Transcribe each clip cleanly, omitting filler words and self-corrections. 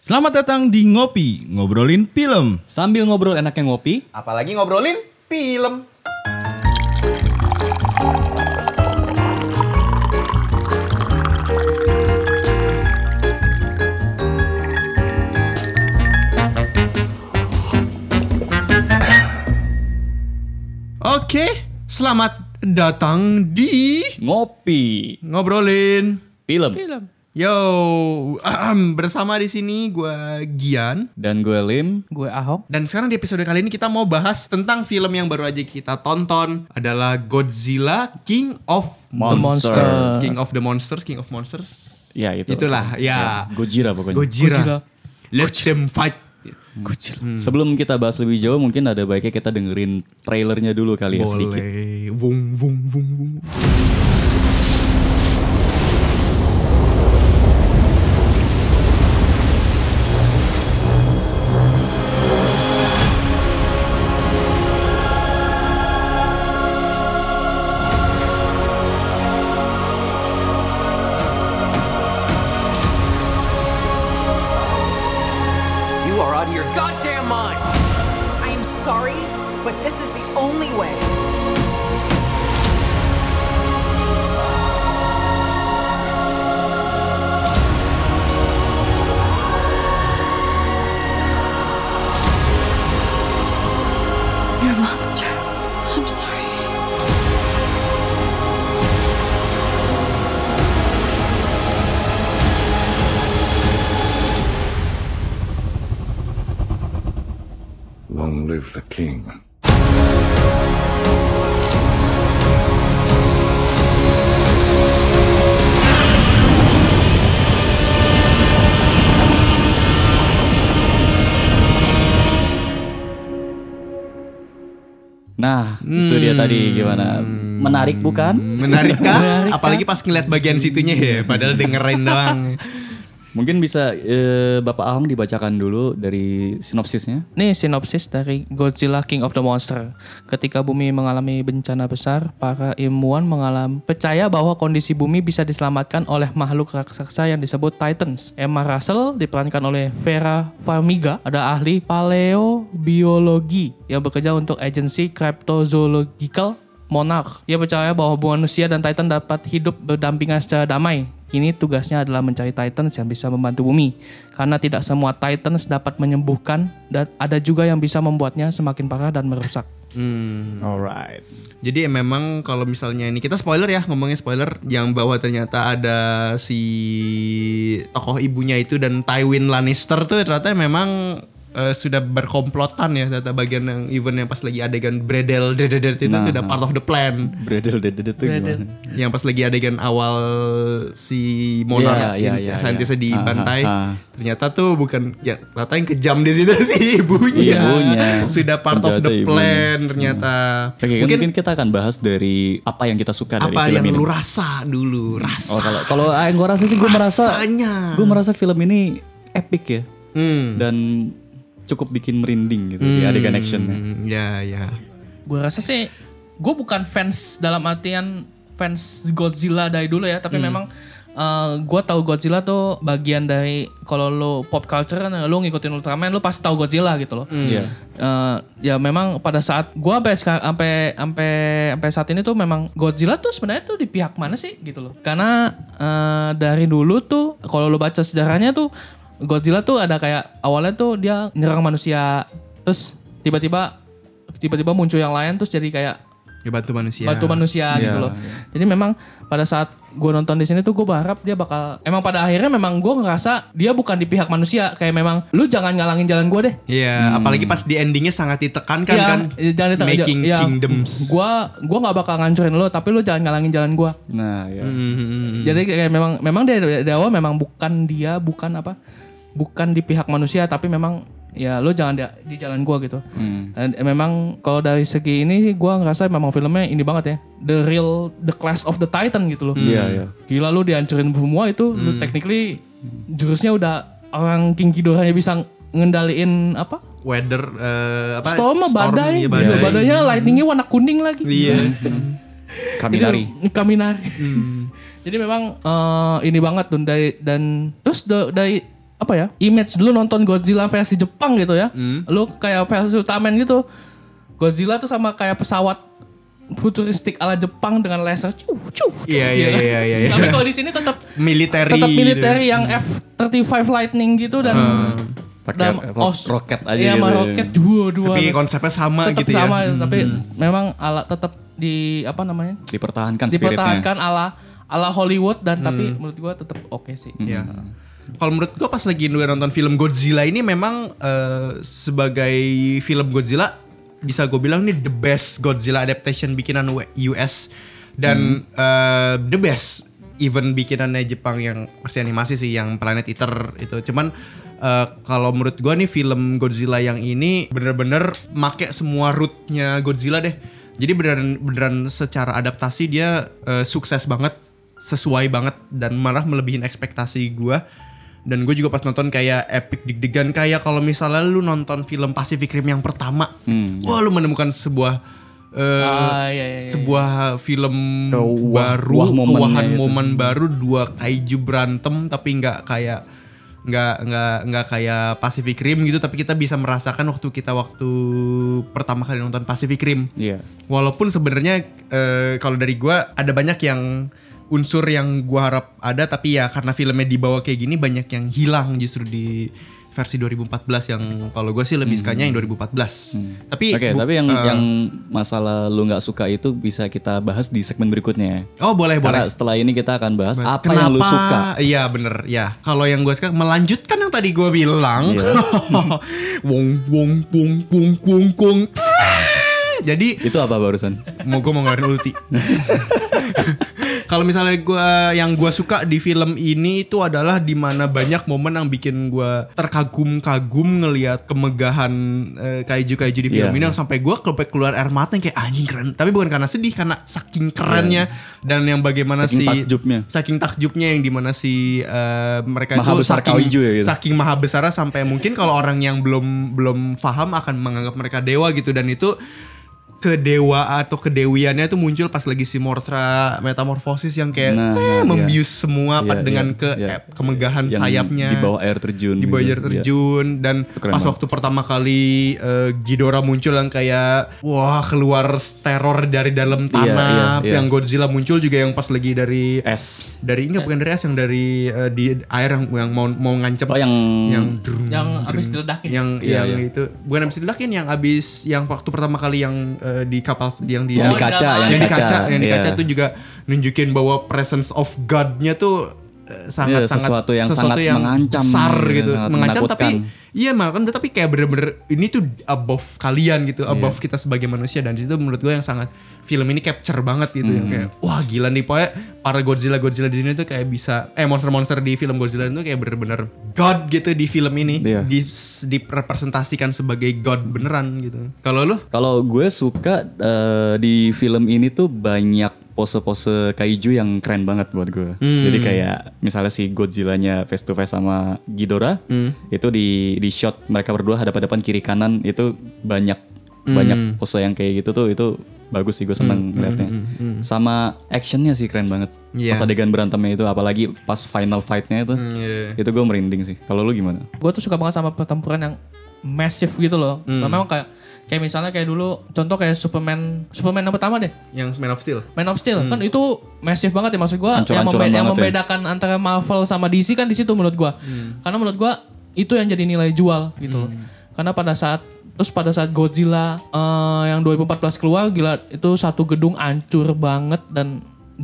Selamat datang di Ngopi, ngobrolin film. Sambil ngobrol enaknya ngopi. Apalagi ngobrolin film. Oke, selamat datang di Ngopi ngobrolin film. Yo, bersama di sini gue Gian Dan gue Lim. Gue Ahok. dan sekarang di episode kali ini kita mau bahas tentang film yang baru aja kita tonton adalah Godzilla King of Monsters. King of the Monsters, King of Monsters. Ya itu. Itulah, ya. Gojira pokoknya. Gojira. Let them fight. Sebelum kita bahas lebih jauh, mungkin ada baiknya kita dengerin trailernya dulu kali ya sedikit. Boleh. Wung wung wung wung. You are out of your goddamn mind! I am sorry, but this is the only way. You're a monster. I'm sorry. Long live the king. Nah, itu dia tadi gimana? Menarik bukan? Menarik kan? Apalagi pas ngeliat bagian situnya ya, padahal dengerin doang. Mungkin bisa Bapak Ahong dibacakan dulu dari sinopsisnya. Nih sinopsis dari Godzilla King of the Monster. Ketika bumi mengalami bencana besar, para ilmuwan percaya bahwa kondisi bumi bisa diselamatkan oleh makhluk raksasa yang disebut Titans. Emma Russell diperankan oleh Vera Farmiga, ada ahli paleobiologi yang bekerja untuk agensi Cryptozoological Monarch. Ia percaya bahwa manusia dan Titan dapat hidup berdampingan secara damai. Kini tugasnya adalah mencari Titans yang bisa membantu bumi. Karena tidak semua Titans dapat menyembuhkan dan ada juga yang bisa membuatnya semakin parah dan merusak. Alright. Jadi memang kalau misalnya ini kita spoiler ya, ngomongnya spoiler yang bahwa ternyata ada si tokoh ibunya itu dan Tywin Lannister tuh ternyata memang sudah berkomplotan ya, ternyata bagian yang event yang pas lagi adegan Bredel itu udah part of the plan. Bredel itu gimana? Yang pas lagi adegan awal si Monarch saintisnya dibantai, ternyata tuh bukan ya, ternyata yang kejam di situ si ibunya. Sudah part of the plan ternyata. Oke, mungkin kita akan bahas dari apa yang kita suka dari apa film yang ini. lu rasa dulu, rasa. Oh, kalau gue rasa sih gue merasa film ini epic ya. Dan cukup bikin merinding gitu di adegan actionnya. Ya. Gue rasa sih, gue bukan fans dalam artian fans Godzilla dari dulu ya, tapi memang gue tahu Godzilla tuh bagian dari kalau lo pop culture kan, lo ngikutin Ultraman, lo pasti tahu Godzilla gitu loh. Ya memang pada saat gue sampai saat ini tuh memang Godzilla tuh sebenarnya tuh di pihak mana sih gitu loh? Karena dari dulu tuh kalau lo baca sejarahnya tuh Godzilla tuh ada kayak awalnya tuh dia nyerang manusia, terus tiba-tiba muncul yang lain, terus jadi kayak Ya bantu manusia gitu loh. Jadi memang pada saat gue nonton di sini tuh gue berharap dia bakal, emang pada akhirnya memang gue ngerasa dia bukan di pihak manusia, kayak memang lu jangan ngalangin jalan gue deh. Iya, apalagi pas di endingnya sangat ditekankan kan, making kingdoms. Gue nggak bakal ngancurin lu, tapi lu jangan ngalangin jalan gue. Nah, ya. Jadi kayak memang dari awal memang bukan di pihak manusia, tapi memang ya lo jangan di jalan gua gitu. Dan memang kalau dari segi ini gua ngerasa memang filmnya ini banget ya, the class of the Titan gitu loh. Iya. Gila lu dihancurin semua itu, lu technically jurusnya udah orang King Ghidorah bisa ngendaliin apa? Weather Storm badai. Iya, Gila, badainya lightningnya warna kuning lagi. Iya. Kaminari. Jadi memang ini banget tuh dan terus dari apa ya, image dulu nonton Godzilla versi Jepang gitu ya. Lu kayak versi Ultraman gitu. Godzilla tuh sama kayak pesawat futuristik ala Jepang dengan laser. Iya. Tapi kalau di sini tetap military militer gitu. yang F-35 Lightning gitu dan pakai roket aja iya, gitu. sama roket dua. Tapi konsepnya sama tetap gitu ya. sama, tapi memang ala tetap di apa namanya? Dipertahankan ala Hollywood dan tapi menurut gua tetap oke sih. Iya. Kalau menurut gue pas lagi nonton film Godzilla ini memang sebagai film Godzilla bisa gue bilang ini the best Godzilla adaptation bikinan US dan the best even bikinannya Jepang yang versi animasi sih yang Planet Eater itu. Cuman kalau menurut gue nih film Godzilla yang ini bener-bener make semua root-nya Godzilla deh. Jadi beneran secara adaptasi dia sukses banget, sesuai banget dan malah melebihin ekspektasi gue. Dan gue juga pas nonton kayak epic deg-degan kayak kalau misalnya lu nonton film Pacific Rim yang pertama, wah lu menemukan sebuah sebuah film baru, kewahan momen baru, dua kaiju berantem tapi nggak kayak Pacific Rim gitu, tapi kita bisa merasakan waktu pertama kali nonton Pacific Rim. Iya. Walaupun sebenarnya kalau dari gue ada banyak yang unsur yang gue harap ada, tapi ya karena filmnya dibawa kayak gini banyak yang hilang justru di versi 2014 yang kalau gue sih lebih sukanya yang 2014. Tapi tapi yang masalah lu nggak suka itu bisa kita bahas di segmen berikutnya. Oh boleh. Karena setelah ini kita akan bahas apa kenapa yang lu suka. Iya bener ya. Kalau yang gue suka melanjutkan yang tadi gue bilang. Wong. Jadi itu apa barusan? Gue mau ngeluarin ulti. Kalau misalnya yang gue suka di film ini itu adalah dimana banyak momen yang bikin gue terkagum-kagum ngelihat kemegahan kaiju-kaiju di film ini yang sampai gue keluar air mata yang kayak anjing keren. Tapi bukan karena sedih, karena saking kerennya dan yang bagaimana saking takjubnya yang dimana mereka maha itu besar kaiju ya gitu. Saking maha besarnya sampai mungkin kalau orang yang belum paham akan menganggap mereka dewa gitu, dan itu kedewa atau kedewiannya tuh muncul pas lagi si Mothra metamorfosis yang kayak membius semua dengan kemegahan yang sayapnya di bawah air terjun. Dan pas waktu pertama kali Ghidorah muncul yang kayak wah keluar teror dari dalam tanah, yang Godzilla muncul juga yang pas lagi dari es. Bukan dari es, yang dari di air yang mau ngancem. Oh yang abis diledakin. Yang itu bukan abis diledakin, yang abis yang waktu pertama kali yang di kapal yang di kaca itu juga nunjukin bahwa presence of God-nya tuh sangat sesuatu yang mengancam besar gitu, mengancam tapi kayak bener-bener ini tuh above kalian gitu, above kita sebagai manusia. Dan itu menurut gue yang sangat film ini capture banget gitu, yang kayak wah gila nih pokoknya para Godzilla di sini tuh kayak bisa monster-monster di film Godzilla itu kayak bener-bener God gitu di film ini, direpresentasikan sebagai God beneran gitu. Kalau gue suka di film ini tuh banyak pose-pose kaiju yang keren banget buat gue. Jadi kayak misalnya si Godzilla-nya face to face sama Ghidorah, itu di shot mereka berdua hadap-hadapan kiri kanan, itu banyak pose yang kayak gitu tuh, itu bagus sih, gue seneng ngeliatnya. Sama actionnya sih keren banget. Pas adegan berantemnya itu, apalagi pas final fight-nya itu gue merinding sih. Kalau lu gimana? Gue tuh suka banget sama pertempuran yang massive gitu loh. Memang kayak misalnya kayak dulu contoh kayak Superman yang pertama deh, yang Man of Steel kan itu massive banget ya, maksud gue yang membedakan antara Marvel sama DC kan di situ menurut gue. Karena menurut gue itu yang jadi nilai jual gitu loh. Karena pada saat Godzilla yang 2014 keluar, gila itu satu gedung hancur banget dan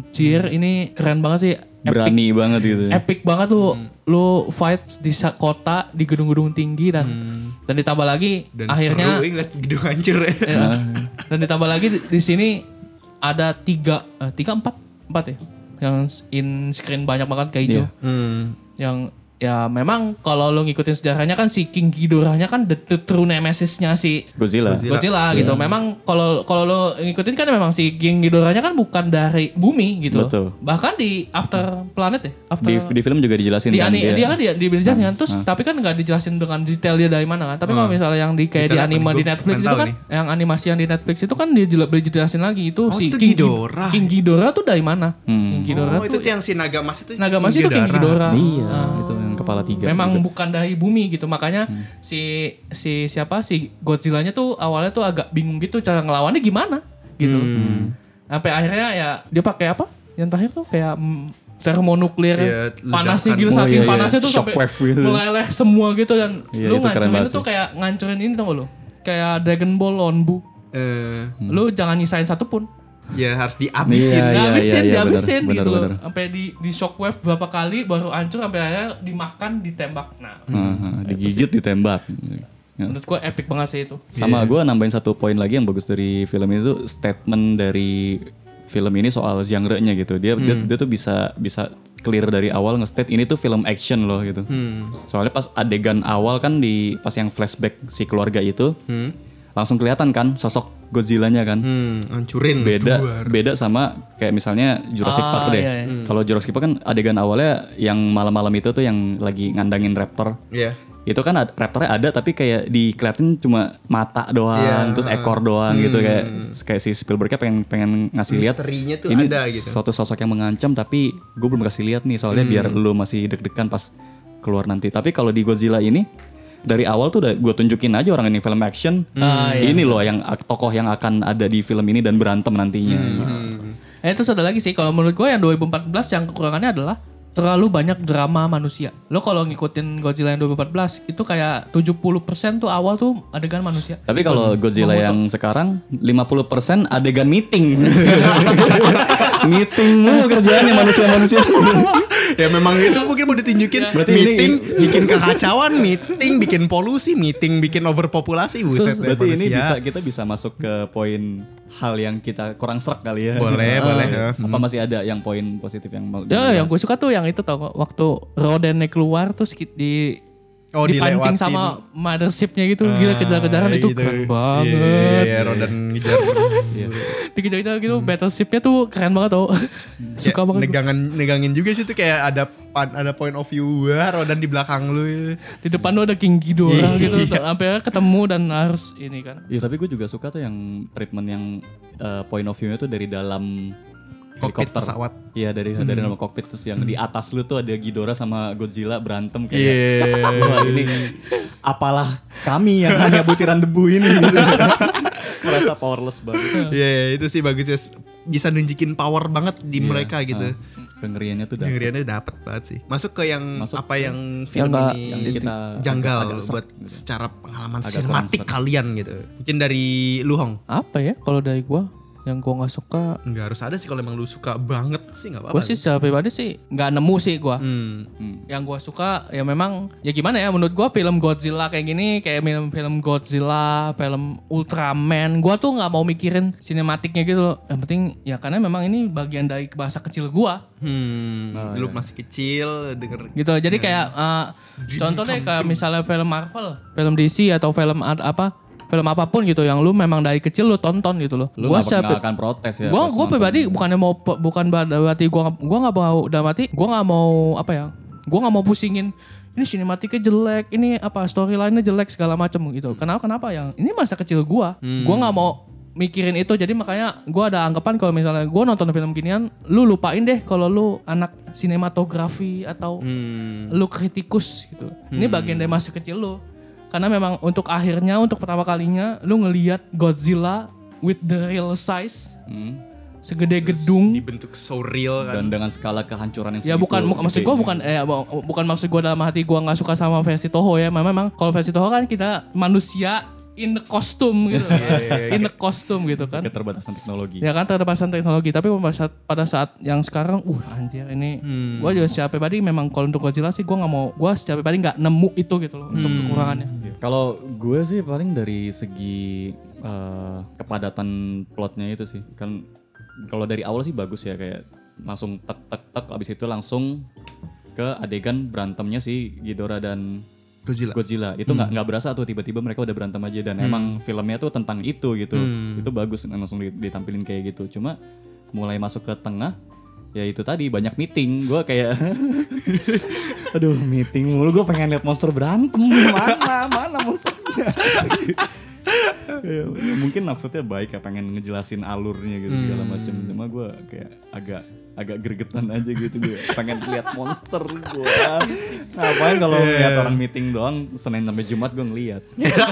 ini keren banget sih. Berani banget gitu. Epic banget lu fight di kota, di gedung-gedung tinggi dan ditambah lagi dan akhirnya gedung hancur ya. Dan ditambah lagi di sini ada 4 ya yang in screen banyak banget kaiju. Yang ya memang kalau lo ngikutin sejarahnya kan si King Ghidorah-nya kan the true nemesis-nya si Godzilla gitu. Memang kalau lo ngikutin kan memang si King Ghidorah-nya kan bukan dari bumi gitu. Betul. Bahkan di After Planet di film juga dijelasin dia kan dijelasin kan, terus tapi kan nggak dijelasin dengan detail dia dari mana kan. Tapi kalau misalnya yang di kayak di anime di Netflix itu kan, yang animasi yang di Netflix itu kan dia dijelasin lagi itu si King Ghidorah tuh dari mana. King Ghidorah itu yang si Naga Mas itu. Naga Mas itu King Ghidorah. Iya, itu kepala 3. Memang juga. bukan dari bumi gitu. Makanya si Godzilla-nya tuh awalnya tuh agak bingung gitu cara ngelawannya gimana gitu. Sampai akhirnya ya dia pakai apa? Yang terakhir tuh kayak termonuklir panasnya gitu, saking panasnya tuh sampai meleleh semua gitu dan lu ngancurin itu kayak ngancurin ini tau gak lu? Kayak Dragon Ball Onbu. Lu jangan nyisain satu pun. Ya harus dihabisin. Dihabisin gitu loh. Bener. Sampai di shockwave berapa kali baru hancur sampai akhirnya dimakan, ditembak. Nah, digigit, ditembak. Menurut gue epic banget sih itu. Sama gue nambahin satu poin lagi yang bagus dari film itu, statement dari film ini soal genre-nya gitu. Dia tuh bisa clear dari awal nge-state ini tuh film action loh gitu. Soalnya pas adegan awal kan pas yang flashback si keluarga itu langsung kelihatan kan sosok Godzilla-nya kan. Hancurin. Beda sama kayak misalnya Jurassic Park deh. Iya. Kalau Jurassic Park kan adegan awalnya yang malam-malam itu tuh yang lagi ngandangin raptor. Iya. Itu kan raptornya ada tapi kayak dikeliatin cuma mata doang, terus ekor doang gitu kayak si Spielbergnya pengen ngasih lihat misterinya tuh ini ada gitu. suatu sosok yang mengancam tapi gue belum kasih lihat nih soalnya biar lu masih deg-degan pas keluar nanti. Tapi kalau di Godzilla ini dari awal tuh udah gue tunjukin aja orang ini film action. Ini loh yang tokoh yang akan ada di film ini dan berantem nantinya. Terus ada lagi sih kalau menurut gue yang 2014 yang kekurangannya adalah terlalu banyak drama manusia. Lo kalau ngikutin Godzilla yang 2014 itu kayak 70% tuh awal tuh adegan manusia. Tapi kalau Godzilla yang sekarang 50% adegan meeting. Meeting mulu kerjaannya manusia-manusia. Ya memang itu mungkin mau ditunjukin. Berarti meeting bikin kekacauan, meeting bikin polusi, meeting bikin overpopulasi. Buset. Berarti ini kita bisa masuk ke poin hal yang kita kurang serak kali ya. Boleh. Apa masih ada yang poin positif yang mau? Yang gue suka tuh yang itu tau waktu Rodennya keluar terus dipancing sama mothership-nya gitu. Gila kejar-kejaran itu keren banget. Iya, Rodan ngejar. Dikejar-kejar gitu, battleship-nya tuh keren banget tau. Suka banget. Negangin juga sih tuh kayak ada point of view Rodan di belakang lu. Di depan lu ada King Ghidorah gitu. Sampai ketemu dan harus ini kan. Iya tapi gue juga suka tuh yang treatment yang point of view-nya tuh dari dalam kokpit helikopter pesawat. Iya dari dalam kokpit terus yang di atas lu tuh ada Ghidorah sama Godzilla berantem kayak wah ini apalah kami yang hanya butiran debu ini gitu. Merasa powerless banget. Iya itu sih bagus ya, bisa nunjukin power banget di mereka gitu. Kengeriannya tuh dapet banget sih. Masuk ke yang yang film yang ini kita janggal buat secara pengalaman sinematik kalian gitu. Mungkin dari lu Hong. Apa ya kalau dari gua yang gue nggak suka? Nggak harus ada sih kalau emang lu suka banget sih nggak apa-apa. Gue sih secara pribadi sih nggak nemu sih gue. Yang gue suka ya memang ya gimana ya menurut gue film Godzilla kayak gini kayak film Godzilla, film Ultraman, gue tuh nggak mau mikirin sinematiknya gitu loh. Yang penting ya karena memang ini bagian dari masa kecil gue. Lu masih kecil denger. Gitu jadi kayak contoh deh kayak misalnya film Marvel, film DC atau film film apapun gitu yang lu memang dari kecil lu tonton gitu loh. Lu gak akan protes ya. Gue pribadi bukan berarti gue nggak mau dalam arti gue nggak mau apa ya. Gue nggak mau pusingin ini sinematiknya jelek, ini apa storyline-nya jelek segala macam gitu. Kenapa yang ini masa kecil gue. Gue nggak mau mikirin itu jadi makanya gue ada anggapan kalau misalnya gue nonton film ginian lu lupain deh kalau lu anak sinematografi atau lu kritikus gitu. Ini bagian dari masa kecil lu. Karena memang untuk akhirnya, untuk pertama kalinya lu ngelihat Godzilla with the real size. Segede gedung. Dibentuk so real kan. Dan dengan skala kehancuran yang ya bukan maksud gue bukan maksud gue dalam hati gue gak suka sama versi Toho ya. Memang kalau versi Toho kan kita manusia in the costume gitu. In the costume gitu kan. Keterbatasan teknologi. Ya kan keterbatasan teknologi. Tapi pada saat yang sekarang anjir ini. Gue juga secara pribadi memang kalau untuk Godzilla sih gue gak mau. Gue secara pribadi gak nemu itu gitu loh. Untuk kekurangannya. Kalau gue sih paling dari segi kepadatan plotnya itu sih. Kan kalau dari awal sih bagus ya. Kayak langsung tek abis itu langsung ke adegan berantemnya si Ghidorah dan Godzilla. Itu nggak berasa tuh tiba-tiba mereka udah berantem aja dan emang filmnya tuh tentang itu gitu. Itu bagus langsung ditampilin kayak gitu. Cuma mulai masuk ke tengah ya itu tadi banyak meeting. Gue kayak aduh meeting mulu, gue pengen lihat monster berantem. Mana monsternya. Ya, mungkin maksudnya baik ya, pengen ngejelasin alurnya gitu segala macam. Cuma gue kayak agak gregetan aja gitu, gue pengen lihat monster gue. Ngapain kalau lihat orang meeting doang Senin sampai Jumat gue ngeliat.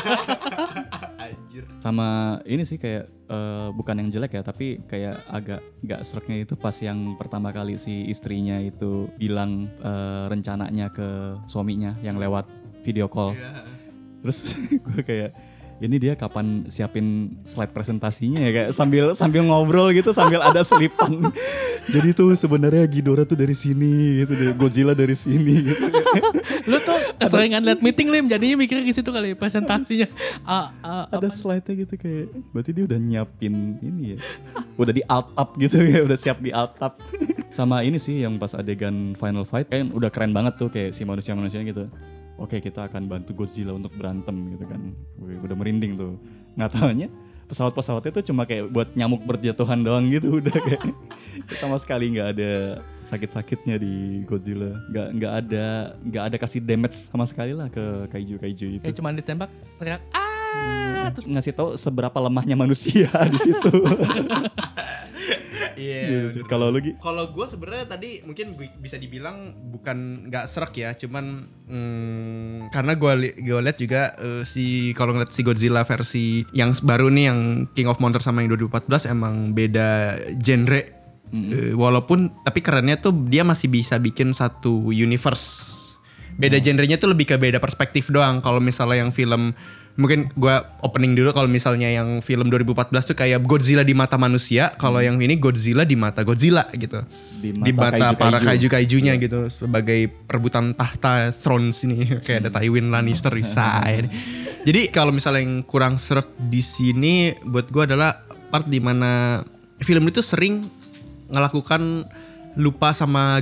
Sama ini sih kayak bukan yang jelek ya, tapi kayak agak gak sereknya itu pas yang pertama kali si istrinya itu bilang rencananya ke suaminya yang lewat video call. Terus gue kayak, ini dia kapan siapin slide presentasinya ya, kayak sambil ngobrol gitu sambil ada selipan. Jadi tuh sebenarnya Ghidorah tuh dari sini gitu deh, Godzilla dari sini gitu. Lu tuh keseringan liat meeting Lim, jadinya mikirnya ke situ kali presentasinya. Ada slide-nya gitu kayak, berarti dia udah nyiapin ini ya. Udah di alt up gitu ya, udah siap di alt up. Sama ini sih yang pas adegan final fight kayak udah keren banget tuh, kayak si manusia-manusianya gitu. Oke, kita akan bantu Godzilla untuk berantem gitu kan. Udah merinding tuh. Nggak taunya pesawat-pesawatnya tuh cuma kayak buat nyamuk berjatuhan doang gitu. Udah kayak sama sekali nggak ada sakit-sakitnya di Godzilla. Nggak ada kasih damage sama sekali lah ke kaiju itu. Kayak cuma ditembak teriak terus ngasih tahu seberapa lemahnya manusia di situ. Iya. Kalau lu Gi? Kalau gue sebenarnya tadi mungkin bisa dibilang bukan nggak serak ya, cuman karena gue lihat juga kalau ngeliat si Godzilla versi yang baru nih, yang King of Monsters sama yang 2014 emang beda genre. Walaupun tapi kerennya tuh dia masih bisa bikin satu universe. Beda genrenya tuh lebih ke beda perspektif doang. Kalau misalnya yang film, mungkin gue opening dulu, kalau misalnya yang film 2014 tuh kayak Godzilla di mata manusia, kalau yang ini Godzilla di mata Godzilla gitu. Di mata para kaiju-kaijunya gitu, sebagai perebutan tahta Thrones ini. Kayak ada Tywin Lannister di side. Jadi kalau misalnya yang kurang serak di sini buat gue adalah part di mana film itu sering ngelakukan lupa sama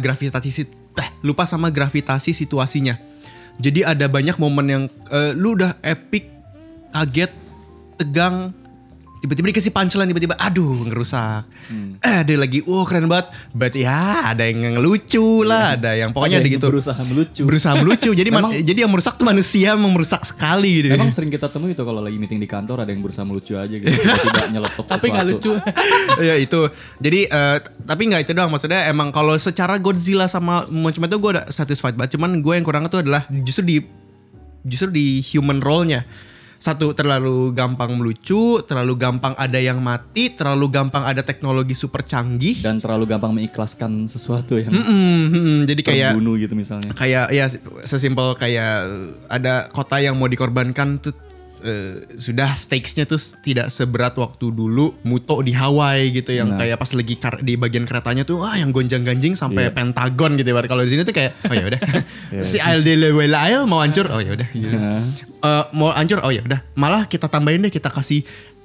gravitasi situasinya. Jadi ada banyak momen yang lu udah epic, kaget, tegang, tiba-tiba dikasih punchline, tiba-tiba aduh ngerusak. Ada lagi, keren banget. Berarti ya ada yang ngelucu lah, ada yang pokoknya ada gitu. Berusaha melucu. Jadi jadi yang merusak tuh manusia, memang merusak sekali gitu. Emang sering kita temui itu kalau lagi meeting di kantor, ada yang berusaha melucu aja gitu. Tidak nyeletuk sesuatu. Tapi gak lucu. Ya itu. Jadi tapi gak itu doang. Maksudnya emang kalau secara Godzilla sama macam itu gue udah satisfied banget. Cuman gue yang kurang itu adalah justru di human role-nya. Satu, terlalu gampang melucu, terlalu gampang ada yang mati, terlalu gampang ada teknologi super canggih, dan terlalu gampang mengikhlaskan sesuatu yang jadi kayak terbunuh gitu misalnya. Kayak ya sesimpel kayak ada kota yang mau dikorbankan tuh, sudah stakesnya tuh tidak seberat waktu dulu Muto di Hawaii gitu, yang kayak pas lagi di bagian keretanya tuh yang gonjang-ganjing sampai Pentagon gitu. Kalau di sini tuh kayak oh ya udah si Ail mau hancur, oh ya udah mau hancur, oh ya udah malah kita tambahin deh, kita kasih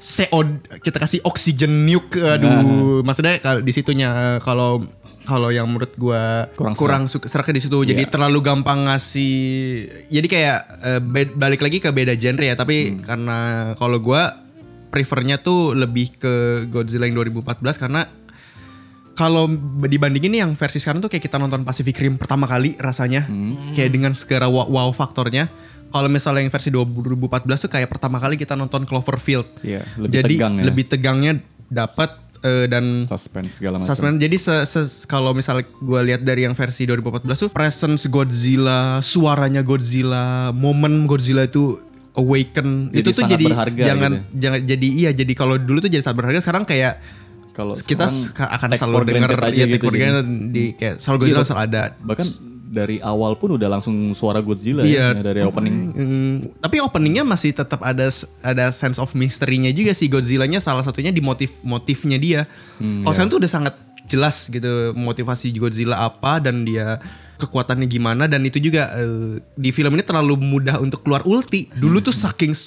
oxygen nuke. Maksudnya kalau di situnya kalau yang menurut gue kurang seraknya di situ. Jadi terlalu gampang ngasih. Jadi kayak balik lagi ke beda genre ya. Tapi karena kalau gue prefernya tuh lebih ke Godzilla yang 2014, karena kalau dibandingin yang versi sekarang tuh kayak kita nonton Pacific Rim pertama kali rasanya. Kayak dengan segala wow faktornya. Kalau misalnya yang versi 2014 tuh kayak pertama kali kita nonton Cloverfield. Jadi lebih tegangnya dapat. Dan suspense segala macam. Jadi kalau misalnya gue lihat dari yang versi 2014 tuh presence Godzilla, suaranya Godzilla, momen Godzilla itu awaken, jadi itu tuh jadi berharga jangan gitu. jadi kalau dulu tuh jadi sangat berharga, sekarang kayak kalau kita akan selalu dengar gitu, di kayak selalu Godzilla selalu ada. Bahkan dari awal pun udah langsung suara Godzilla dari opening. Tapi openingnya masih tetap ada sense of mystery-nya juga sih Godzilla-nya, salah satunya di motifnya dia. Sekarang tuh udah sangat jelas gitu motivasi Godzilla apa dan dia kekuatannya gimana, dan itu juga di film ini terlalu mudah untuk keluar ulti. Dulu tuh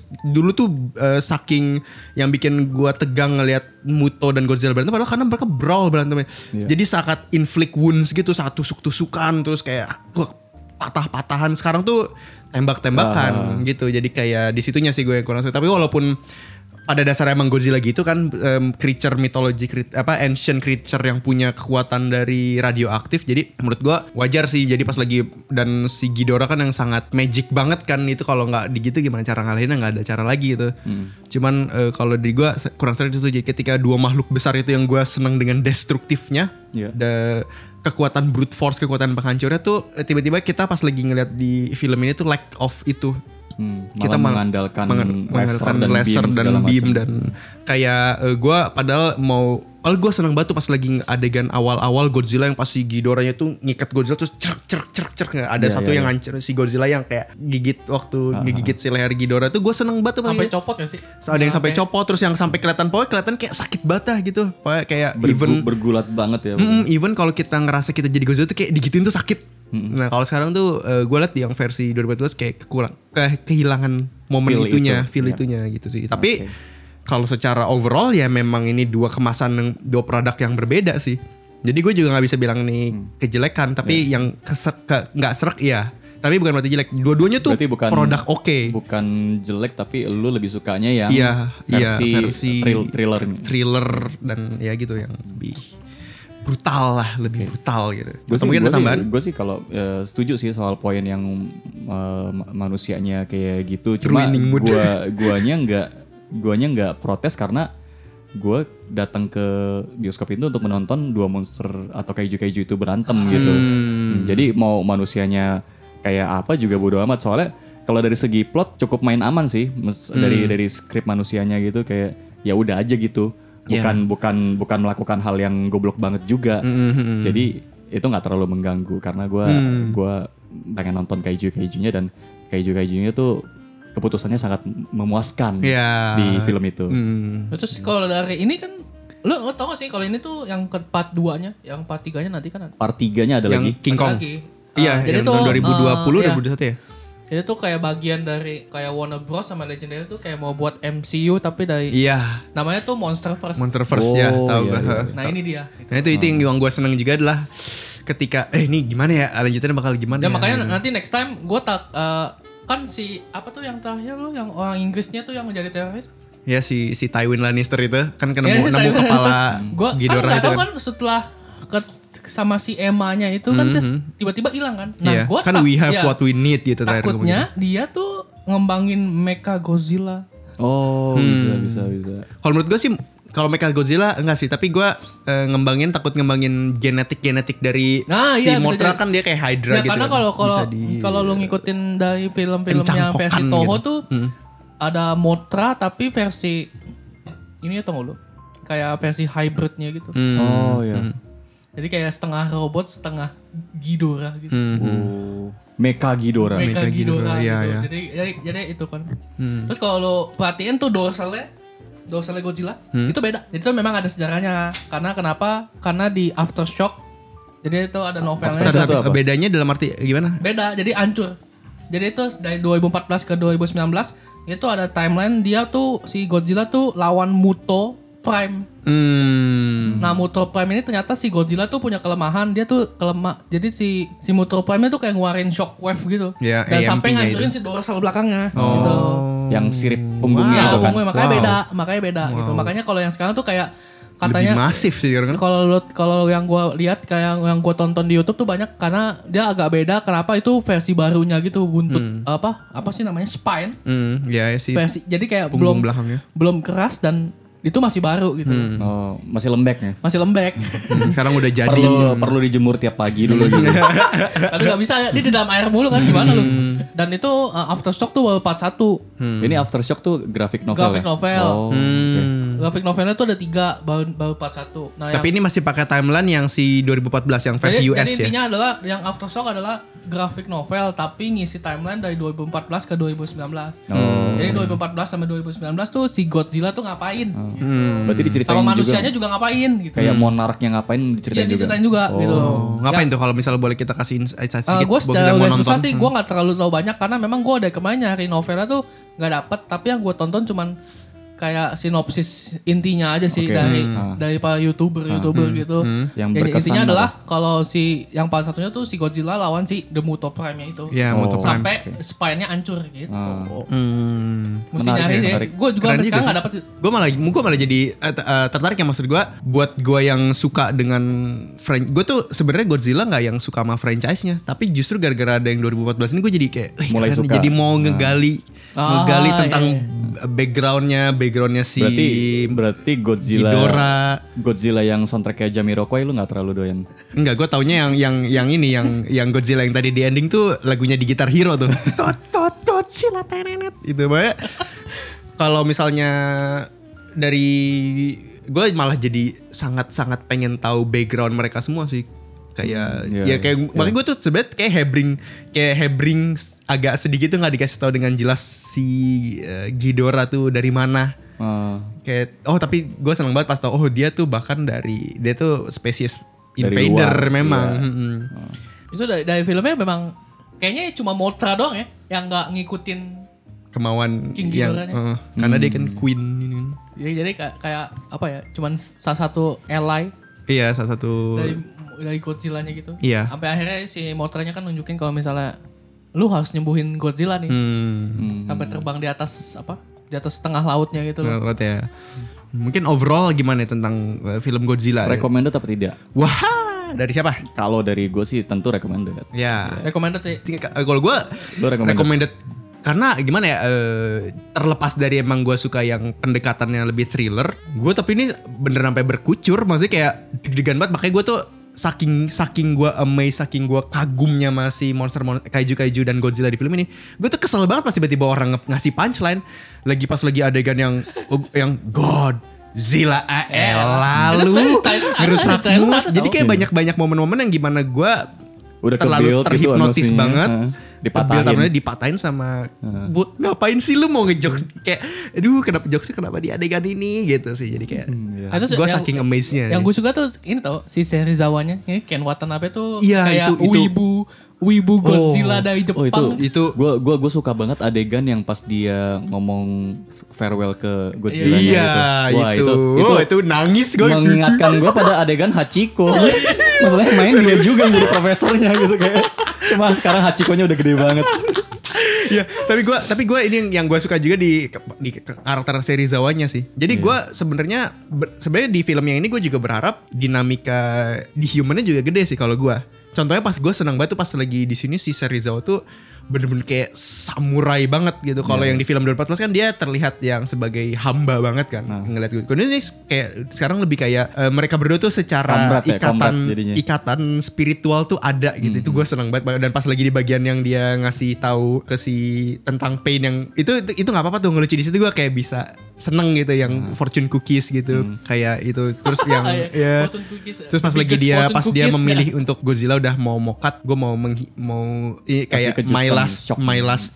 saking yang bikin gua tegang ngelihat Muto dan Godzilla berantem, padahal karena mereka brawl berantemnya. Jadi sangat inflict wounds gitu, saat tusuk-tusukan terus kayak patah-patahan. Sekarang tuh tembak-tembakan gitu. Jadi kayak di situnya sih gue yang kurang suka. Tapi walaupun pada dasarnya emang Godzilla gitu kan, creature mythology, ancient creature yang punya kekuatan dari radioaktif. Jadi menurut gue wajar sih. Jadi pas lagi, dan si Ghidorah kan yang sangat magic banget kan, itu kalau nggak digitu gimana cara ngalahinnya, nggak ada cara lagi itu. Cuman kalau di gue kurang seru itu. Jadi ketika dua makhluk besar itu yang gue seneng dengan destruktifnya, kekuatan brute force, kekuatan penghancurnya tuh tiba-tiba kita pas lagi ngeliat di film ini tuh lack of itu. Kita mengandalkan laser dan beam dan kayak gue padahal gue seneng banget tuh pas lagi adegan awal-awal Godzilla yang pas si Ghidorahnya tuh ngikat Godzilla terus cerk ada satu yang ngancur si Godzilla yang kayak gigit ngegigit si leher Ghidorah tuh gue seneng banget tuh sampai copot gak sih? Ada yang sampai copot, terus yang sampai kelihatan kayak sakit banget gitu. Kayak even bergulat banget ya. Even kalau kita ngerasa kita jadi Godzilla tuh kayak digituin tuh sakit. Nah kalau sekarang tuh gue liat yang versi 2012 kayak kehilangan momen feel itunya gitu sih. Tapi kalau secara overall ya memang ini dua produk yang berbeda sih. Jadi gue juga nggak bisa bilang ini kejelekan, tapi yang nggak serak iya. Tapi bukan berarti jelek. Dua-duanya tuh produk oke. Bukan jelek, tapi lu lebih sukanya yang versi thriller dan ya gitu yang lebih brutal lah, lebih brutal gitu. Mungkin ada tambahan? Gue sih kalau setuju sih soal poin yang manusianya kayak gitu. Cuma guanya nggak protes karena gue datang ke bioskop itu untuk menonton dua monster atau kaiju itu berantem gitu. Jadi mau manusianya kayak apa juga bodo amat, soalnya kalau dari segi plot cukup main aman sih dari skrip manusianya gitu, kayak ya udah aja gitu. Bukan melakukan hal yang goblok banget juga. Jadi itu nggak terlalu mengganggu karena gue pengen nonton kaiju-kajunya, dan kaiju-kajunya tuh keputusannya sangat memuaskan di film itu. Terus kalau dari ini kan lu tau gak sih kalau ini tuh yang ke part 2-nya, yang part 3-nya nanti kan part 3-nya ada yang lagi King Kong. Iya, jadi yang tahun 2020 2021 ya. Jadi tuh kayak bagian dari kayak Warner Bros sama Legendary tuh kayak mau buat MCU tapi dari namanya tuh Monsterverse ya, tahu gue. Nah ini dia gitu. Nah itu yang gue seneng juga adalah ketika ini gimana ya lanjutannya bakal gimana ya, makanya nanti next time gue kan si apa tuh yang terakhir lo yang orang Inggrisnya tuh yang menjadi teroris ya, si Tywin Lannister itu kan nemu kepala Ghidorah itu kan setelah sama si Emma-nya itu kan terus tiba-tiba hilang kan. Nah, gua kan we have what we need gitu. Takutnya dia tuh ngembangin Mecha Godzilla. Oh, bisa. Kalau menurut gue sih kalau Mecha Godzilla enggak sih, tapi gue takut ngembangin genetik dari si Mothra kan dia kayak Hydra gitu. Karena kalau lu ngikutin dari film-filmnya versi Toho gitu. Tuh ada Mothra tapi versi ini ya tau lu kayak versi hybridnya gitu. Oh iya. Jadi kayak setengah robot, setengah Ghidorah gitu. Mecha Ghidorah gitu. Ya. Jadi itu kan. Terus kalau lo perhatiin tuh dorsalnya Godzilla itu beda. Jadi itu memang ada sejarahnya. Karena kenapa? Karena di Aftershock. Jadi itu ada novelnya. Bedanya dalam arti gimana? Beda. Jadi hancur. Jadi itu dari 2014 ke 2019 itu ada timeline dia tuh si Godzilla tuh lawan Muto Prime. Nah Muto Prime ini ternyata si Godzilla tuh punya kelemahan, dia tuh jadi si Muto Prime itu kayak ngeluarin shockwave gitu dan sampai ngancurin si dorsal belakangnya gitu loh. Yang sirip punggungnya itu kan. Makanya beda gitu. Makanya kalau yang sekarang tuh kayak katanya lebih masif sih kan. Kalau yang gue lihat kayak yang gue tonton di YouTube tuh banyak karena dia agak beda. Kenapa itu versi barunya gitu buntut apa sih namanya spine. Sih. Versi jadi kayak belum keras dan itu masih baru gitu. Oh, masih lembek ya? Masih lembek. Sekarang udah jadi. Perlu dijemur tiap pagi dulu gitu. Tapi gak bisa ya, dia di dalam air mulu kan gimana lu. Dan itu Aftershock tuh baru part 1. Ini Aftershock tuh graphic novel. Graphic novel. Oh, okay. Graphic novelnya tuh ada 3 baru part 1. Nah, tapi ini masih pakai timeline yang si 2014 yang versi US jadi intinya adalah yang Aftershock adalah graphic novel tapi ngisi timeline dari 2014 ke 2019. Jadi 2014 sampai 2019 tuh si Godzilla tuh ngapain? Gitu. Berarti diceritain sama manusianya juga ngapain gitu. Kayak monarknya ngapain diceritain juga gitu loh. Ngapain tuh kalau misalnya boleh kita kasih insight sedikit. Gue secara garis besar sih gue gak terlalu tahu banyak karena memang gue ada kemarin nyari novelnya tuh gak dapet. Tapi yang gue tonton cuman kayak sinopsis intinya aja sih Oke. dari para youtuber gitu. Yang Jadi berkesan intinya apa? adalah kalau yang part satunya tuh si Godzilla lawan si The Muto Prime-nya itu. Ya, Oh. Muto Prime. Sampai spine-nya hancur gitu. Mesti Menarik nyari ya, deh. menarik. Gue juga Keren sampai juga sekarang sih. gak dapet. Gue malah jadi tertarik ya, maksud gue buat gue yang suka dengan gue tuh sebenarnya Godzilla nggak yang suka sama franchise-nya, tapi justru gara-gara ada yang 2014 ini gue jadi kayak Mulai keren nih. suka. Jadi mau ngegali tentang backgroundnya si Berarti Godzilla Ghidorah. Godzilla yang soundtracknya Jamiroquai lu nggak terlalu doyan. Enggak, gue taunya yang Godzilla yang tadi di ending tuh lagunya di Guitar Hero tuh. Godzilla tenenet. Itu banyak. Kalau misalnya dari gue malah jadi sangat-sangat pengen tahu background mereka semua sih. Kayak makanya gue tuh sebenarnya kayak hebring agak sedikit tuh nggak dikasih tahu dengan jelas si Ghidorah tuh dari mana. Kayak tapi gue seneng banget pas tau dia tuh bahkan dia tuh spesies Dari invader luar, memang. iya. Itu dari filmnya memang kayaknya cuma Mothra doang ya yang nggak ngikutin. Kemauan King yang Ghidorah-nya. karena dia kan queen ini kan. Ya, jadi kayak apa ya? Cuman salah satu ally Iya, salah satu dari Godzilla-nya gitu. Iya. Sampai akhirnya si Mothra-nya kan nunjukin kalau misalnya lu harus nyembuhin Godzilla nih. Sampai terbang di atas di atas tengah lautnya gitu loh. Menurut ya. Mungkin overall gimana ya tentang film Godzilla? Recommended apa tidak? Wah, dari siapa? Kalau dari gue sih tentu recommended. Ya. Recommended sih. Kalau gue Lu recommended karena gimana ya, terlepas dari emang gue suka yang pendekatannya lebih thriller, gue tapi ini bener sampai berkucur, maksudnya kayak deg-degan banget. Makanya gue tuh saking gue amazed, saking gue kagumnya masih monster kaiju dan Godzilla di film ini, gue tuh kesel banget pas tiba-tiba orang ngasih punchline pas lagi adegan yang Godzilla lalu ngerusak mood. Jadi kayak banyak momen-momen yang gimana gue Udah terlalu ke-build gitu terhipnotis emosinya. banget. Dipatahin. Dipatahin sama ngapain sih lu mau ngejokes kayak kenapa jokesnya kenapa di adegan ini gitu sih. Jadi kayak Terus gue yang- saking amazed-nya. Yang gue suka tuh ini tau si Serizawanya, Ken Watanabe tuh Iya, kayak itu. wibu Godzilla dari Jepang. itu Gue suka banget adegan yang pas dia ngomong farewell ke Godzilla itu nangis gue. mengingatkan gue pada adegan Hachiko. Masalahnya main dia juga yang jadi profesornya gitu kayak. Cuma sekarang Hachiko-nya udah gede banget. Ya, tapi gue ini yang gue suka juga di karakter Serizawanya sih. Jadi gue sebenarnya di film yang ini gue juga berharap dinamika di humannya juga gede sih kalau gue. Contohnya pas gue senang banget tuh pas lagi di sini si Serizawa tuh bener-bener kayak samurai banget gitu. Kalau yang di film 2014 kan dia terlihat yang sebagai hamba banget kan. Ngeliat gue. Ini kayak sekarang lebih kayak mereka berdua tuh secara ikatan spiritual tuh ada gitu. Itu gue senang banget. Dan pas lagi di bagian yang dia ngasih tahu ke si tentang pain yang itu nggak apa-apa tuh ngelucu di situ, gue kayak bisa seneng gitu yang fortune cookies gitu. Kayak itu terus yang ya. Terus pas lagi dia memilih untuk Godzilla udah mau mokat, gue mau kayak my last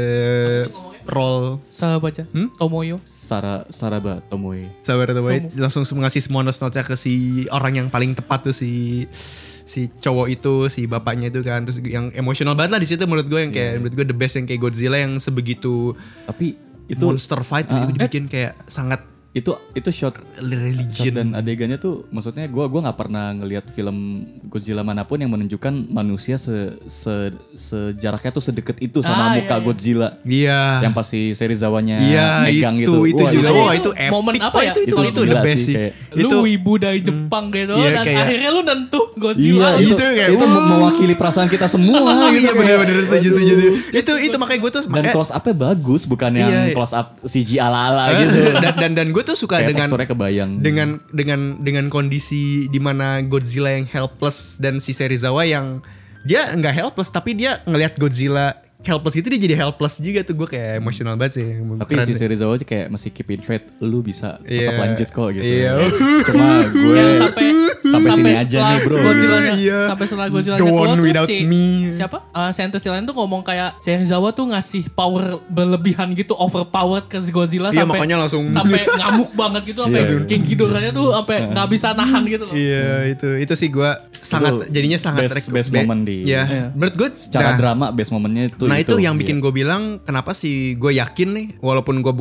role. Salah baca. Tomoyo. Saraba Tomoe. Sabar langsung ngasih semua notes-nya ke si orang yang paling tepat tuh si cowok itu, si bapaknya itu kan. Terus yang emosional banget lah di situ menurut gue, yang kayak menurut gue the best yang kayak Godzilla yang sebegitu tapi itu monster fight dibikin kayak sangat itu shot religion dan adegannya tuh, maksudnya gue nggak pernah ngelihat film Godzilla manapun yang menunjukkan manusia sejaraknya tuh sedekat itu sama muka Godzilla. Iya. Yang pasti Serizawanya megang itu gitu. juga. Itu epic. momen apa ya? Itu the best sih. Lu wibu dari Jepang gitu dan kayak, akhirnya lu nentuh Godzilla. Iya, itu mewakili perasaan kita semua. Iya benar-benar setuju. Itu makanya gue tuh dan close up-nya bagus, bukan yang close up CG ala-ala gitu. Dan gue tuh suka kayak teksturnya kebayang. dengan kondisi di mana Godzilla yang helpless dan si Serizawa yang dia nggak helpless tapi dia ngelihat Godzilla helpless gitu, dia jadi helpless juga tuh. Gue kayak emosional banget sih. Tapi si Serizawa aja kayak masih keep in faith, lu bisa tetap lanjut kok gitu. Iya. Cuma gue sampai sini aja nih bro. Sampai setelah Godzilla Go on keluar without tuh me. siapa? Scientist lain tuh ngomong kayak Serizawa tuh ngasih power berlebihan gitu, overpowered ke si Godzilla sampai makanya langsung sampai ngamuk banget gitu, sampai King Ghidorah-nya tuh sampai nggak bisa nahan gitu loh. Iya, itu sih gue sangat jadinya sangat best moment di. Iya. Menurut gue secara drama best momennya itu. Nah itu yang bikin gue bilang kenapa sih gue yakin nih, walaupun gue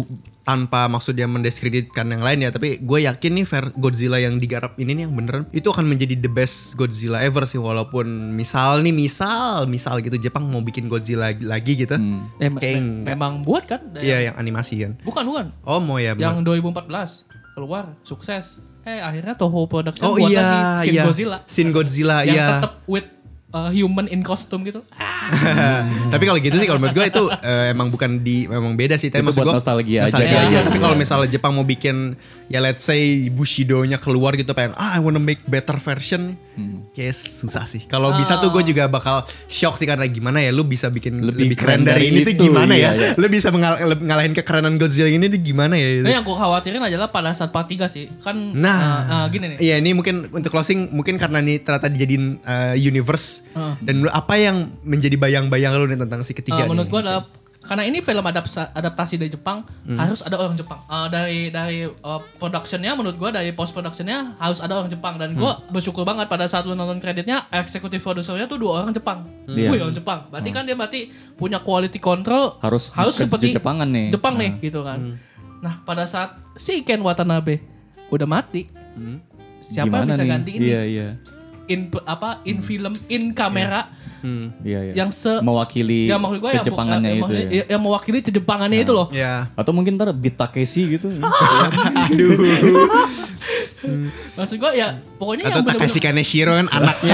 tanpa maksudnya mendiskreditkan yang lain ya, tapi gue yakin nih Godzilla yang digarap ini nih yang beneran itu akan menjadi the best Godzilla ever sih, walaupun misal gitu Jepang mau bikin Godzilla lagi gitu. Memang buat kan? Iya, yang animasi kan. Bukan. Oh, mau ya. Yang 2014 keluar sukses. Akhirnya Toho Production buat lagi Shin Godzilla yang tetap with human in costume gitu. Tapi kalau gitu sih kalau menurut gue itu emang beda sih. Tapi maksud gue nostalgia aja. Tapi kalau misalnya Jepang mau bikin ya let's say Bushido-nya keluar gitu pengen I wanna make better version, kayak susah sih. Kalau bisa tuh gue juga bakal shock sih karena gimana ya lu bisa bikin lebih keren dari ini tuh gimana ya? Iya. Lu bisa ngalahin kekerenan Godzilla ini tuh gimana ya? Yang gue khawatirin adalah pada saat part 3 sih kan. Gini nih. Iya, ini mungkin untuk closing mungkin karena ini ternyata dijadiin universe. Dan apa yang menjadi bayang-bayang lu nih tentang si ketiga nih? Menurut gue adalah karena ini film adaptasi dari Jepang, harus ada orang Jepang. Dari productionnya, menurut gue dari post productionnya harus ada orang Jepang. Dan gue bersyukur banget pada saat lu nonton kreditnya, executive producernya tuh 2 orang Jepang. Orang Jepang. Berarti kan dia punya quality control harus seperti Jepangan nih. Jepang nih gitu kan. Nah pada saat si Ken Watanabe udah mati, siapa yang bisa ganti ini? Iya. In film, in kamera, yang mewakili kejepangannya itu ya. Yang mewakili kejepangannya itu loh. Atau mungkin ntar Beat Takeshi gitu. Aduh. Maksud gue ya pokoknya atau yang benar-benar Takashi Kaneshiro kan anaknya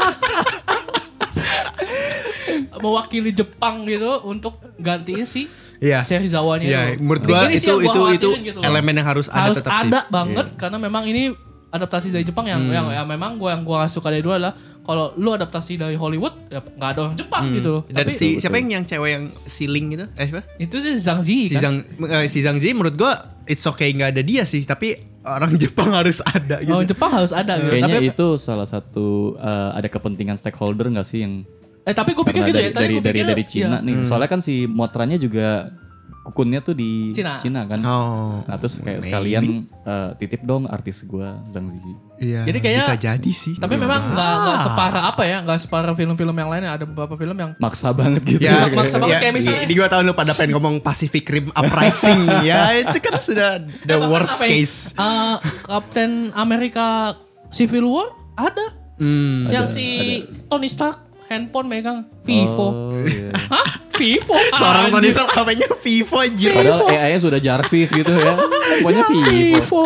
mewakili Jepang gitu untuk gantiin si Iya. Serizawanya itu. Menurut gua itu gitu elemen yang harus ada tetap sih. Ada banget karena memang ini adaptasi dari Jepang yang memang gua gak suka dari dulu adalah kalau lu adaptasi dari Hollywood ya nggak ada orang Jepang gitu loh. Dan siapa yang cewek yang siling gitu? Siapa? Itu sih Zhang Zi kan. Si Zhang Zi menurut gua it's okay nggak ada dia sih, tapi orang Jepang harus ada gitu. Orang Jepang harus ada gitu. Kayaknya tapi itu salah satu ada kepentingan stakeholder nggak sih yang tapi gue pikir gitu ya. Tadi gue pikir dari Cina nih. Soalnya kan si Motranya juga kukunnya tuh di Cina kan. Nah terus kayak sekalian titip dong artis gua Zhang Zi. Iya. Jadi kayaknya bisa jadi sih. Tapi memang nggak separah nggak separah film-film yang lainnya. Ada beberapa film yang maksa banget gitu. Ya, maksa banget kayak misalnya. Di gua tahu lu pada pengen ngomong Pacific Rim Uprising. Ya itu kan sudah the worst case. Captain America Civil War ada. Yang si Tony Stark handphone megang Vivo. Hah? Vivo? Seorang Tony Stark HP-nya Vivo aja. Padahal AI-nya sudah Jarvis gitu ya. Pokoknya Vivo.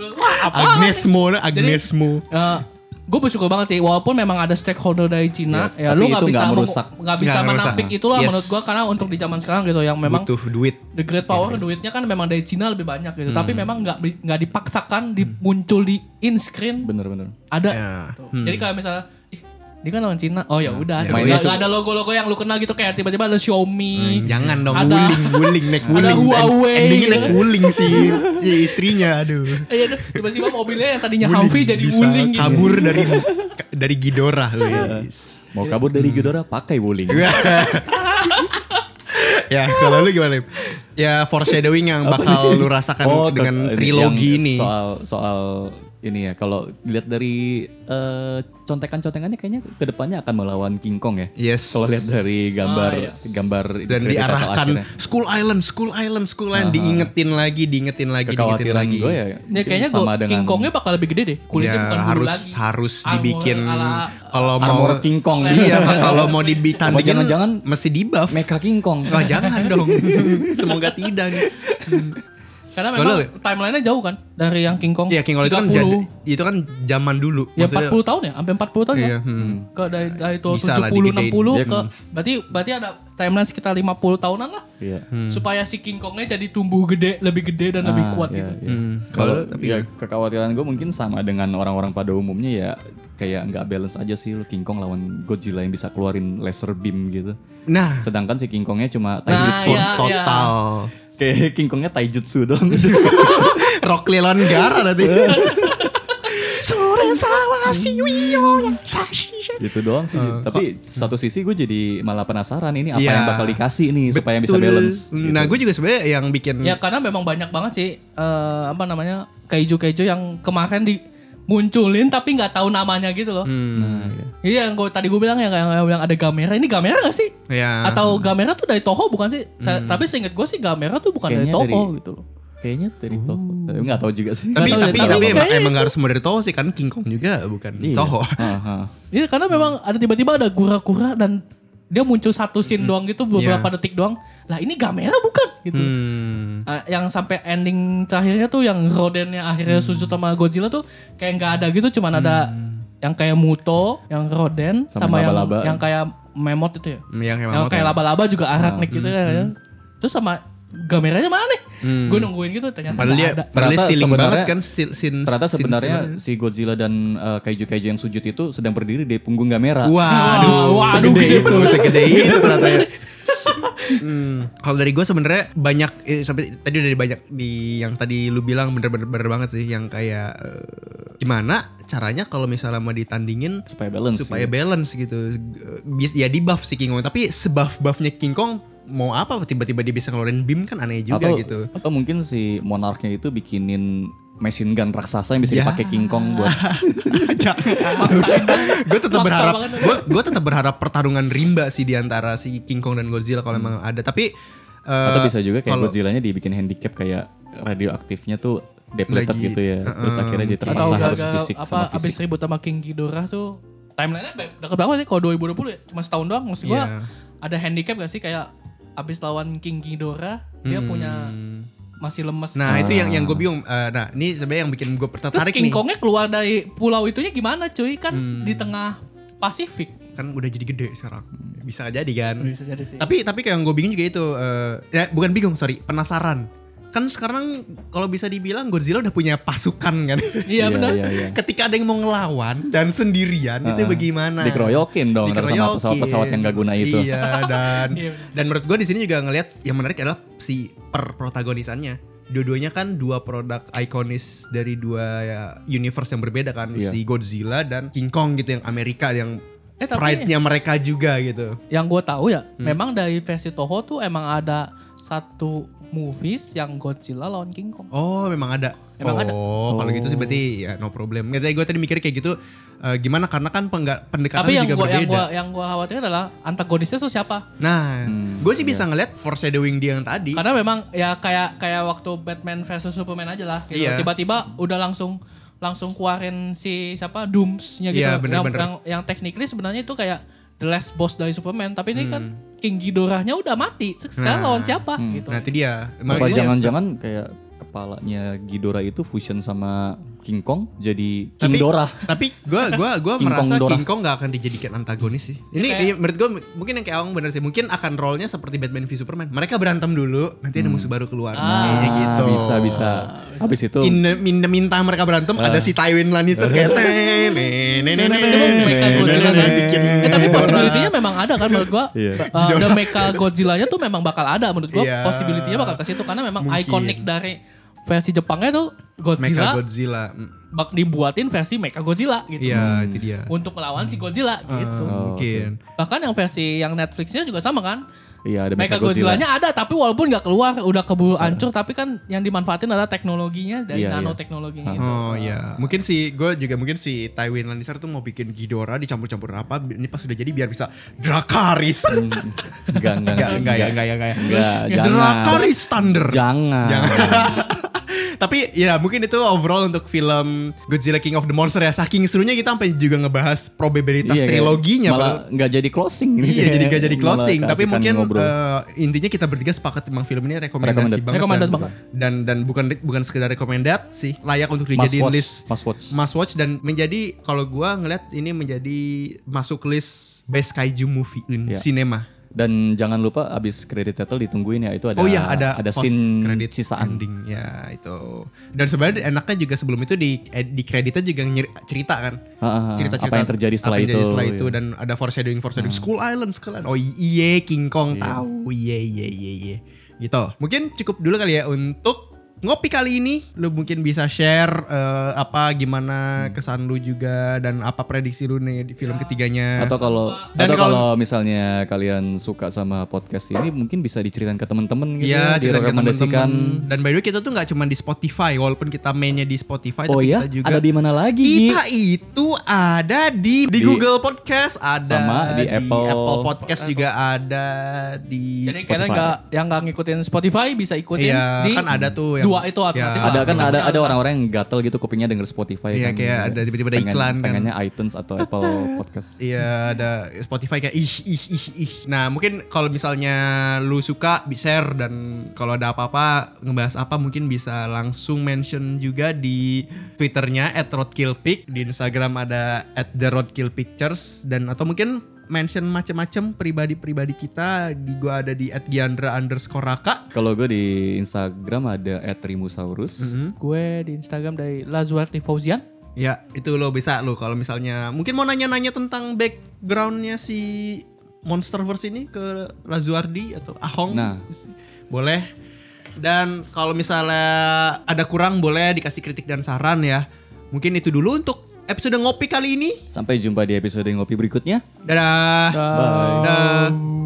Agnes Mo. Gue bersyukur banget sih, walaupun memang ada stakeholder dari Cina, ya lu nggak bisa menampik itulah menurut gue, karena untuk di zaman sekarang gitu yang memang butuh duit. The great power duitnya kan memang dari Cina lebih banyak gitu, tapi memang nggak dipaksakan muncul di in screen. Bener-bener. Ada. Jadi kalau misalnya dia kan orang Cina. Oh ya udah, nggak ada logo-logo yang lu kenal gitu kayak tiba-tiba ada Xiaomi. Jangan dong, ada, guling. Ada Huawei. Endingnya naik guling si istrinya, aduh. Iya, tiba-tiba mobilnya yang tadinya Humvee jadi guling gitu. Kabur dari Ghidorah. Mau kabur dari Ghidorah pakai wuling. Ya kalau lu gimana? Ya foreshadowing yang bakal lu rasakan dengan trilogi ini. Soal ini ya, kalau dilihat dari contekan-contekannya kayaknya kedepannya akan melawan King Kong ya. Yes. Kalau lihat dari gambar dan diarahkan Skull Island diingetin lagi. Kekhawatiran gue ya kayaknya King Kongnya bakal lebih gede deh. Kulitnya bukan bulu lagi. Harus dibikin kalau mau King Kong. Iya, kalau mau ditandingin jangan mesti di buff. Mecha King Kong. Oh, jangan dong. Semoga tidak nih. Karena memang timeline-nya jauh kan dari yang King Kong. Iya, King Kong itu kan zaman dulu. Ya 40 tahun ya, sampai 40 tahun ya. Ke dari tahun 70 60 ke berarti ada timeline sekitar 50 tahunan lah. Iya. Supaya si King Kong-nya jadi tumbuh lebih gede dan lebih kuat gitu. Kalau kekhawatiran gue mungkin sama dengan orang-orang pada umumnya ya, kayak nggak balance aja sih King Kong lawan Godzilla yang bisa keluarin laser beam gitu. Nah, sedangkan si King Kongnya cuma force total. Kayak King Kongnya taijutsu dong. Rock Leland Gara nanti. Sore sawa shiwiyo sashi. Gitu doang sih. Tapi satu sisi gue jadi malah penasaran ini apa yang bakal dikasih nih supaya bisa balance. Gitu. Nah gue juga sebenarnya yang bikin. Ya karena memang banyak banget sih kaiju yang kemarin munculin tapi nggak tahu namanya gitu loh. Iya yang tadi gue bilang yang ada Gamera. Ini Gamera nggak sih? Ya. Atau Gamera tuh dari Toho bukan sih? Tapi seinget gue sih Gamera tuh bukan kayaknya dari Toho gitu loh. Kayaknya dari Toho. Enggak tahu juga sih. Tapi Nggak tahu ya, tapi kayaknya emang gak harus semua dari Toho sih, kan King Kong juga bukan Toho. Iya, karena memang ada tiba-tiba ada kura-kura dan dia muncul satu scene doang gitu beberapa detik doang. Lah ini Gamera bukan gitu. Yang sampai ending terakhirnya tuh yang Rodennya akhirnya sujud sama Godzilla tuh kayak nggak ada gitu, cuman ada yang kayak Muto, yang Roden sama yang kayak Memot itu ya. Yang kayak laba-laba juga Arachnik gitu kan. Terus sama Gameranya mana? Gue nungguin gitu ternyata nggak ada. Padahal stealing banget kan scene. Ternyata sebenarnya si Godzilla dan kaiju-kaiju yang sujud itu sedang berdiri di punggung Gamera. Waduh, gede banget. Segede itu ternyata ya. Kalau dari gue sebenarnya banyak sampai tadi udah banyak di yang tadi lu bilang bener banget sih, yang kayak gimana caranya kalau misalnya mau ditandingin supaya balance gitu. Ya di buff si King Kong, tapi sebuff-buffnya King Kong mau apa tiba-tiba dia bisa ngeluarin beam kan aneh juga gitu. Atau mungkin si monarknya itu bikinin machine gun raksasa yang bisa dipakai King Kong buat Gue tetap berharap pertarungan rimba sih di antara si King Kong dan Godzilla kalau memang ada. Tapi atau bisa juga kayak Godzilla-nya dibikin handicap kayak radioaktifnya tuh depleted gitu ya. Terus akhirnya dia terpaksa harus fisik sama fisik. Abis ribut sama King Ghidorah tuh timeline-nya deket banget sih kalau 2020 ya. Cuma setahun doang. Maksud gue ada handicap gak sih kayak abis lawan King Ghidorah dia punya masih lemes. Nah itu yang gue bingung. Nah ini sebenarnya yang bikin gue tertarik nih. Terus King Kongnya keluar dari pulau itunya gimana cuy? Kan di tengah Pasifik. Kan udah jadi gede sekarang. Bisa jadi kan. Bisa jadi sih. Tapi kayak yang gue bingung juga itu. Bukan bingung, penasaran. Kan sekarang kalau bisa dibilang Godzilla udah punya pasukan kan. Iya benar. Ketika ada yang mau ngelawan dan sendirian itu bagaimana? Dikeroyokin dong sama pesawat-pesawat yang gak guna itu. Iya dan menurut gue di sini juga ngelihat yang menarik adalah si protagonisannya. Dua-duanya kan dua produk ikonis dari dua universe yang berbeda kan. Si Godzilla dan King Kong gitu yang Amerika yang pride-nya mereka juga gitu. Yang gue tahu ya, memang dari versi Toho tuh emang ada satu movies yang Godzilla lawan King Kong. Oh, memang ada. Ada. Kalau gitu sih berarti ya no problem. Gue tadi mikir kayak gitu gimana karena kan pendekatannya juga berbeda. Yang gue khawatir adalah antagonisnya tuh siapa? Nah, gue sih bisa ngeliat foreshadowing dia yang tadi. Karena memang ya kayak waktu Batman versus Superman aja lah. Gitu. Iya. Tiba-tiba udah langsung keluarin si siapa Doomsnya gitu. Iya, bener. Yang technically sebenarnya itu kayak the last boss dari Superman, tapi ini kan King Ghidorahnya udah mati. Sekarang lawan siapa gitu. Nanti dia. Apa jangan-jangan kayak kepalanya Ghidorah itu fusion sama King Kong jadi King Dorah. Tapi gue merasa King Kong gak akan dijadikan antagonis sih. Ini menurut gue mungkin yang kayak Awang bener sih. Mungkin akan role-nya seperti Batman v Superman. Mereka berantem dulu, nanti ada musuh baru keluar. Kayaknya gitu. Bisa. Habis itu minta mereka berantem ada si Tywin Lannister kayak Mecha Godzilla bikin. Tapi possibility-nya memang ada kan menurut gue. The Mecha Godzilla-nya tuh memang bakal ada menurut gue. Possibility-nya bakal ke situ karena memang ikonik dari versi Jepangnya tuh Godzilla dibuatin versi Mecha Godzilla gitu. Iya, itu dia. Untuk melawan si Godzilla gitu. Mungkin. Bahkan yang versi yang Netflixnya juga sama kan. Iya, ada Mecha Godzilla-nya ada tapi walaupun gak keluar udah keburu hancur tapi kan yang dimanfaatin adalah teknologinya dari nanoteknologinya itu. Oh iya. Mungkin si Tywin Lannister tuh mau bikin Ghidorah dicampur-campur apa ini pas sudah jadi biar bisa Dracarys. Enggak ya. Dracarys Thunder. Jangan. Tapi ya mungkin itu overall untuk film Godzilla King of the Monster ya. Saking serunya kita sampai juga ngebahas probabilitas triloginya. Malah gak jadi closing. Iya jadi gak jadi closing. Tapi mungkin intinya kita bertiga sepakat memang film ini rekomendasi banget. Dan bukan sekedar recommended sih. Layak untuk dijadiin list must watch. Dan menjadi kalau gua ngeliat ini menjadi masuk list best kaiju movie in cinema. Dan jangan lupa abis credit title ditungguin ya itu ada ada scene credit sisaan ending ya itu. Dan sebenarnya enaknya juga sebelum itu di kreditnya juga cerita kan. Cerita-cerita apa yang terjadi setelah itu dan ada foreshadowing Skull Island. Oh iya King Kong tahu. Iya. Gitu. Mungkin cukup dulu kali ya untuk ngopi kali ini. Lu mungkin bisa share gimana kesan lu juga dan apa prediksi lu nih di film ketiganya. Atau kalau misalnya kalian suka sama podcast ini mungkin bisa diceritain ke teman-teman gitu ya, direkomendasikan. Dan by the way kita tuh nggak cuma di Spotify walaupun kita mainnya di Spotify tapi kita juga ada di mana lagi? Kita itu ada di Google Podcast, ada sama di Apple Podcast juga ada di jadi kalian yang nggak ngikutin Spotify bisa ikutin di kan ada tuh yang dua itu alternatif Ya. lah. Ada kan Kita punya ada orang-orang yang gatel gitu kupingnya denger Spotify Iya, kan. kayak ada tiba-tiba ada iklan kan. Pengennya iTunes atau Apple Podcast. Iya, ada Spotify kayak ih. Nah, mungkin kalau misalnya lu suka share, dan kalau ada apa-apa ngebahas apa mungkin bisa langsung mention juga di Twitternya @roadkillpic, di Instagram ada @theroadkillpictures, dan atau mungkin mention macam-macam pribadi-pribadi kita. Di gua ada di @giandra_raka. Kalau gue di Instagram ada @rimusaurus. Gue di Instagram dari Lazuardi Fauzian. Ya, itu lo bisa lo kalau misalnya mungkin mau nanya-nanya tentang backgroundnya si Monsterverse ini ke Lazuardi atau Ahong. Nah. Boleh. Dan kalau misalnya ada kurang boleh dikasih kritik dan saran ya. Mungkin itu dulu untuk episode ngopi kali ini. Sampai jumpa di episode ngopi berikutnya. Dadah. Bye. Dadah.